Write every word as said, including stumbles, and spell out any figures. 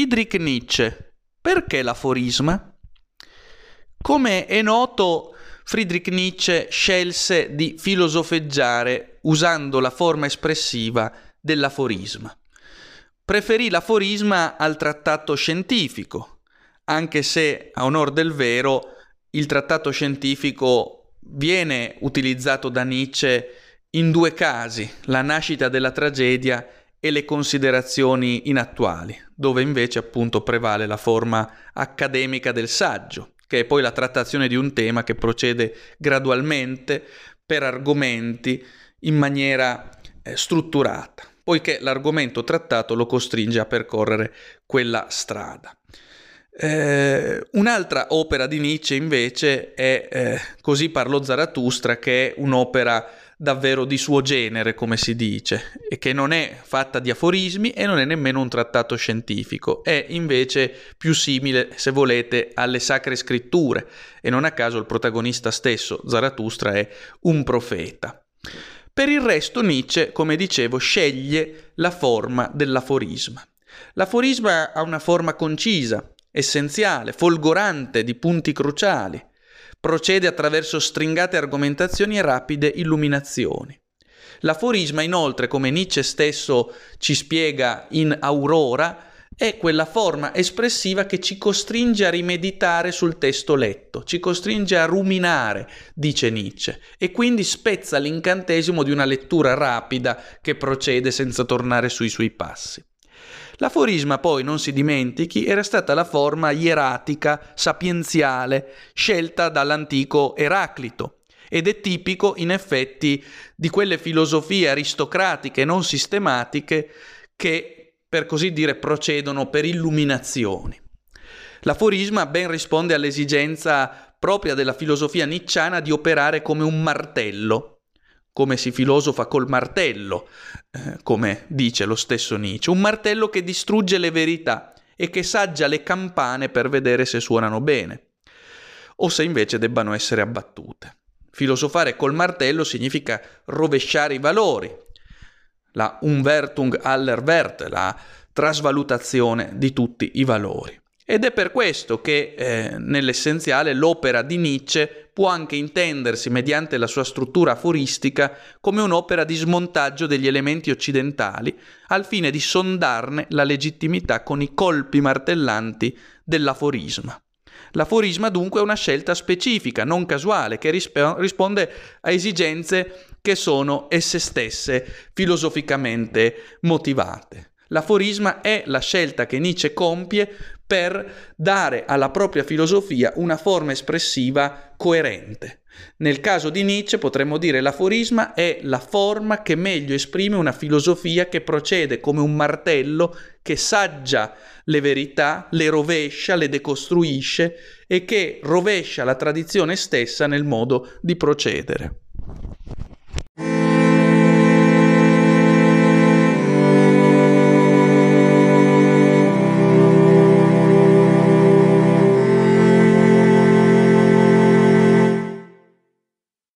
Friedrich Nietzsche. Perché l'aforisma? Come è noto, Friedrich Nietzsche scelse di filosofeggiare usando la forma espressiva dell'aforisma. Preferì l'aforisma al trattato scientifico, anche se, a onor del vero, il trattato scientifico viene utilizzato da Nietzsche in due casi, la nascita della tragedia e le considerazioni inattuali, dove invece appunto prevale la forma accademica del saggio, che è poi la trattazione di un tema che procede gradualmente per argomenti in maniera eh, strutturata, poiché l'argomento trattato lo costringe a percorrere quella strada. Eh, un'altra opera di Nietzsche invece è eh, Così parlò Zarathustra, che è un'opera davvero di suo genere, come si dice, e che non è fatta di aforismi e non è nemmeno un trattato scientifico, è invece più simile, se volete, alle sacre scritture, e non a caso il protagonista stesso, Zarathustra, è un profeta. Per il resto Nietzsche, come dicevo, sceglie la forma dell'aforisma. L'aforisma ha una forma concisa, essenziale, folgorante di punti cruciali. Procede attraverso stringate argomentazioni e rapide illuminazioni. L'aforisma, inoltre, come Nietzsche stesso ci spiega in Aurora, è quella forma espressiva che ci costringe a rimeditare sul testo letto, ci costringe a ruminare, dice Nietzsche, e quindi spezza l'incantesimo di una lettura rapida che procede senza tornare sui suoi passi. L'aforisma, poi, non si dimentichi, era stata la forma ieratica, sapienziale, scelta dall'antico Eraclito, ed è tipico, in effetti, di quelle filosofie aristocratiche non sistematiche che, per così dire, procedono per illuminazioni. L'aforisma ben risponde all'esigenza propria della filosofia nicciana di operare come un martello, come si filosofa col martello, eh, come dice lo stesso Nietzsche, un martello che distrugge le verità e che saggia le campane per vedere se suonano bene, o se invece debbano essere abbattute. Filosofare col martello significa rovesciare i valori, la Umwertung aller Werte, la trasvalutazione di tutti i valori. Ed è per questo che, eh, nell'essenziale, l'opera di Nietzsche può anche intendersi, mediante la sua struttura aforistica, come un'opera di smontaggio degli elementi occidentali, al fine di sondarne la legittimità con i colpi martellanti dell'aforisma. L'aforisma dunque è una scelta specifica, non casuale, che risp- risponde a esigenze che sono esse stesse filosoficamente motivate. L'aforisma è la scelta che Nietzsche compie per dare alla propria filosofia una forma espressiva coerente. Nel caso di Nietzsche potremmo dire l'aforisma è la forma che meglio esprime una filosofia che procede come un martello che saggia le verità, le rovescia, le decostruisce e che rovescia la tradizione stessa nel modo di procedere.